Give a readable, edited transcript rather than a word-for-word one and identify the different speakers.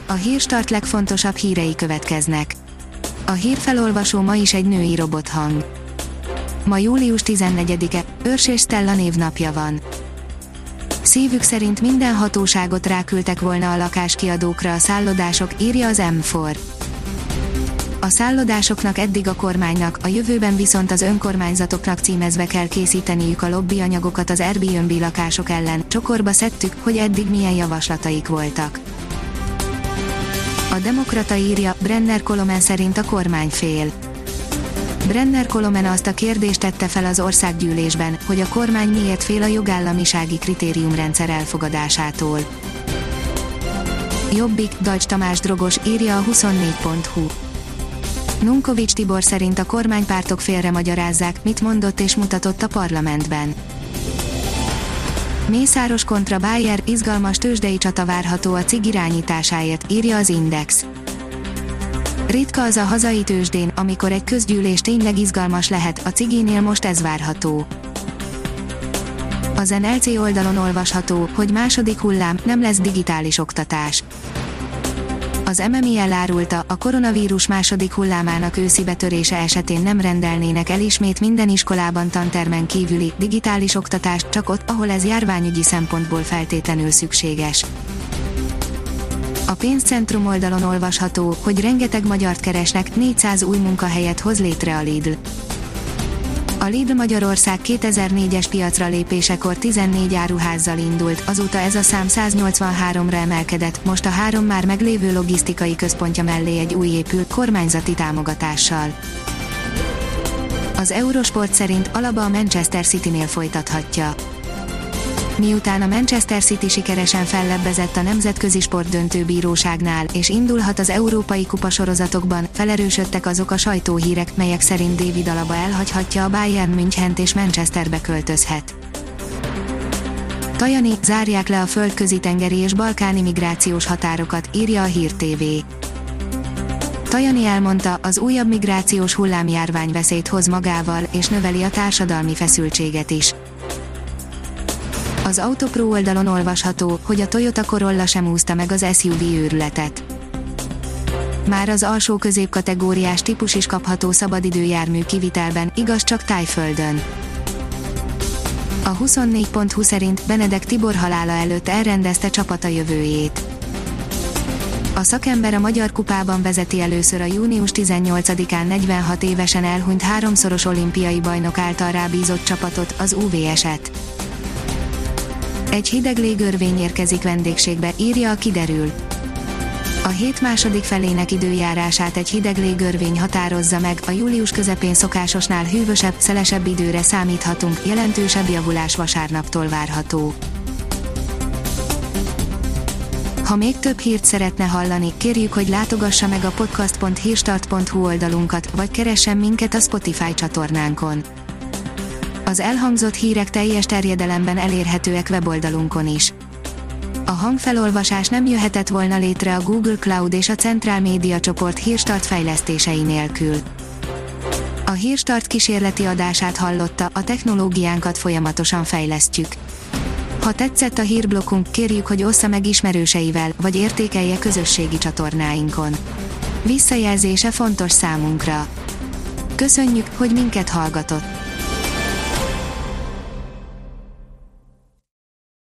Speaker 1: A Hírstart legfontosabb hírei következnek. A hírfelolvasó ma is egy női robothang. Ma július 14-e, Örs és Stella névnapja van. Szívük szerint minden hatóságot ráküldtek volna a lakáskiadókra a szállodások, írja az M4. A szállodásoknak eddig a kormánynak, a jövőben viszont az önkormányzatoknak címezve kell készíteniük a lobby-anyagokat az Airbnb lakások ellen, csokorba szedtük, hogy eddig milyen javaslataik voltak. A Demokrata írja, Brenner Kolomen szerint a kormány fél. Brenner Kolomen azt a kérdést tette fel az országgyűlésben, hogy a kormány miért fél a jogállamisági kritériumrendszer elfogadásától. Jobbik, Dajcs Tamás drogos, írja a 24.hu. Nunkovics Tibor szerint a kormánypártok félre magyarázzák, mit mondott és mutatott a parlamentben. Mészáros kontra Bayer, izgalmas tőzsdei csata várható a cig irányításáért, írja az Index. Ritka az a hazai tőzsdén, amikor egy közgyűlés tényleg izgalmas lehet, a ciginél most ez várható. Az NLC oldalon olvasható, hogy második hullám, nem lesz digitális oktatás. Az MMI elárulta, a koronavírus második hullámának őszi betörése esetén nem rendelnének el ismét minden iskolában tantermen kívüli, digitális oktatást, csak ott, ahol ez járványügyi szempontból feltétlenül szükséges. A pénzcentrum oldalon olvasható, hogy rengeteg magyart keresnek, 400 új munkahelyet hoz létre a Lidl. A Lidl Magyarország 2004-es piacra lépésekor 14 áruházzal indult, azóta ez a szám 183-ra emelkedett, most a 3 már meglévő logisztikai központja mellé egy új épül, kormányzati támogatással. Az Eurosport szerint Alaba a Manchester Citynél folytathatja. Miután a Manchester City sikeresen fellebbezett a Nemzetközi Sportdöntőbíróságnál, és indulhat az Európai Kupa sorozatokban, felerősödtek azok a sajtóhírek, melyek szerint David Alaba elhagyhatja a Bayern Münchent és Manchesterbe költözhet. Tajani, zárják le a földközi-tengeri és balkáni migrációs határokat, írja a Hír TV. Tajani elmondta, az újabb migrációs hullámjárvány veszélyt hoz magával, és növeli a társadalmi feszültséget is. Az Autopro oldalon olvasható, hogy a Toyota Corolla sem úszta meg az SUV őrületet. Már az alsó középkategóriás típus is kapható szabadidőjármű kivitelben, igaz csak Tájföldön. A 24.hu szerint Benedek Tibor halála előtt elrendezte csapata jövőjét. A szakember a Magyar Kupában vezeti először a június 18-án 46 évesen elhunyt 3-szoros olimpiai bajnok által rábízott csapatot, az UVS-et. Egy hideg légörvény érkezik vendégségbe, írja a Kiderül. A hét második felének időjárását egy hideg légörvény határozza meg, a július közepén szokásosnál hűvösebb, szelesebb időre számíthatunk, jelentősebb javulás vasárnaptól várható. Ha még több hírt szeretne hallani, kérjük, hogy látogassa meg a podcast.hírstart.hu oldalunkat, vagy keressen minket a Spotify csatornánkon. Az elhangzott hírek teljes terjedelemben elérhetőek weboldalunkon is. A hangfelolvasás nem jöhetett volna létre a Google Cloud és a Centrál Média csoport Hírstart fejlesztései nélkül. A Hírstart kísérleti adását hallotta, a technológiánkat folyamatosan fejlesztjük. Ha tetszett a hírblokkunk, kérjük, hogy ossza meg ismerőseivel, vagy értékelje közösségi csatornáinkon. Visszajelzése fontos számunkra. Köszönjük, hogy minket hallgatott!